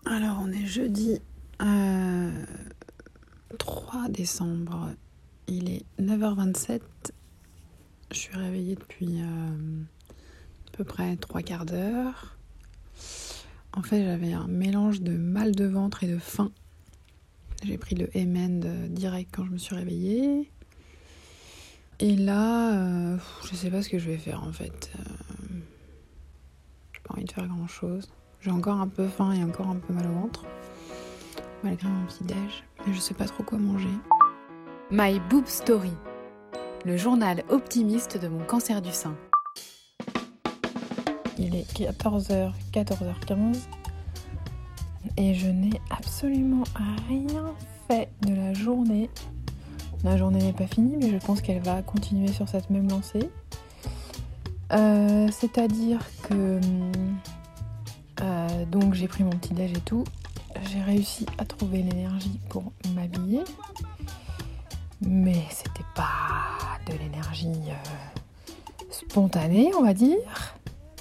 Alors, on est jeudi 3 décembre. Il est 9h27. Je suis réveillée depuis à peu près 3/4 d'heure. En fait, j'avais un mélange de mal de ventre et de faim. J'ai pris le Emend direct quand je me suis réveillée. Et là, je sais pas ce que je vais faire en fait. J'ai pas envie de faire grand chose. J'ai encore un peu faim et encore un peu mal au ventre, malgré mon petit déj. Mais je sais pas trop quoi manger. My Boob Story, le journal optimiste de mon cancer du sein. Il est 14h15 et je n'ai absolument rien fait de la journée. La journée n'est pas finie, mais je pense qu'elle va continuer sur cette même lancée. C'est-à-dire que donc j'ai pris mon petit déj et tout. J'ai réussi à trouver l'énergie pour m'habiller, mais c'était pas de l'énergie spontanée, on va dire.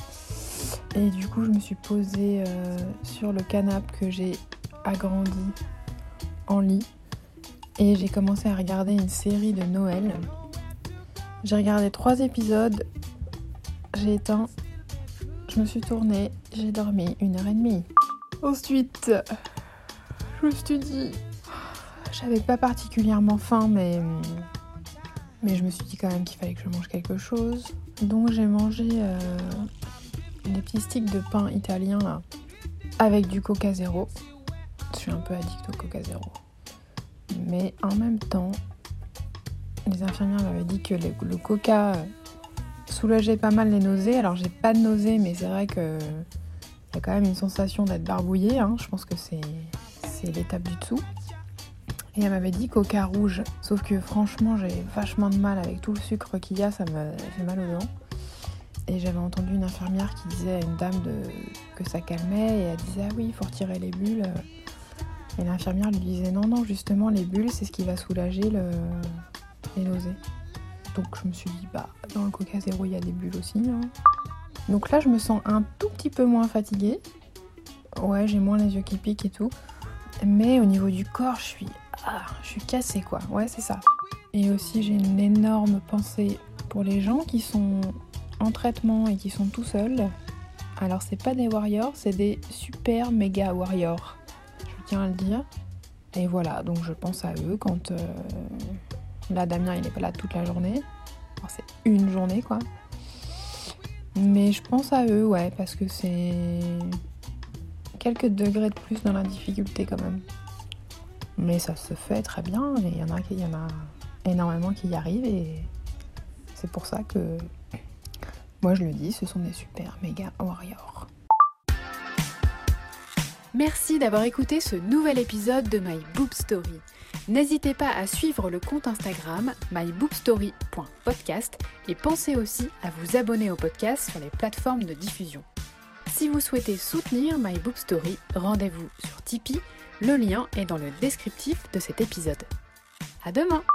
Et du coup, je me suis posée sur le canapé que j'ai agrandi en lit. Et j'ai commencé à regarder une série de Noël. J'ai regardé 3 épisodes. J'ai éteint. Je me suis tournée. J'ai dormi 1h30. Ensuite, je me suis dit... J'avais pas particulièrement faim, mais je me suis dit quand même qu'il fallait que je mange quelque chose. Donc j'ai mangé... des petits sticks de pain italien là, avec du Coca Zéro. Je suis un peu addict au Coca Zéro. Mais en même temps, les infirmières m'avaient dit que le Coca soulageait pas mal les nausées. Alors j'ai pas de nausées, mais c'est vrai que y a quand même une sensation d'être barbouillée. Je pense que c'est l'étape du dessous. Et elle m'avait dit Coca rouge. Sauf que franchement, j'ai vachement de mal avec tout le sucre qu'il y a, ça me fait mal aux dents. Et j'avais entendu une infirmière qui disait à une dame que ça calmait, et elle disait ah oui, il faut retirer les bulles. Et l'infirmière lui disait non, justement les bulles c'est ce qui va soulager les nausées. Donc je me suis dit dans le Coca Zéro il y a des bulles aussi. Donc là je me sens un tout petit peu moins fatiguée. Ouais, j'ai moins les yeux qui piquent et tout. Mais au niveau du corps je suis cassée quoi. Ouais, c'est ça. Et aussi j'ai une énorme pensée pour les gens qui sont en traitement et qui sont tout seuls. Alors c'est pas des warriors, c'est des super méga warriors, je tiens à le dire. Et voilà, donc je pense à eux quand là Damien il est pas là toute la journée. Alors c'est une journée quoi. Mais je pense à eux, ouais, parce que c'est quelques degrés de plus dans la difficulté quand même. Mais ça se fait très bien, et il y en a énormément qui y arrivent, et c'est pour ça que moi je le dis, ce sont des super méga warriors. Merci d'avoir écouté ce nouvel épisode de My Boob Story. N'hésitez pas à suivre le compte Instagram myboobstory.podcast et pensez aussi à vous abonner au podcast sur les plateformes de diffusion. Si vous souhaitez soutenir My Boob Story, rendez-vous sur Tipeee, le lien est dans le descriptif de cet épisode. À demain!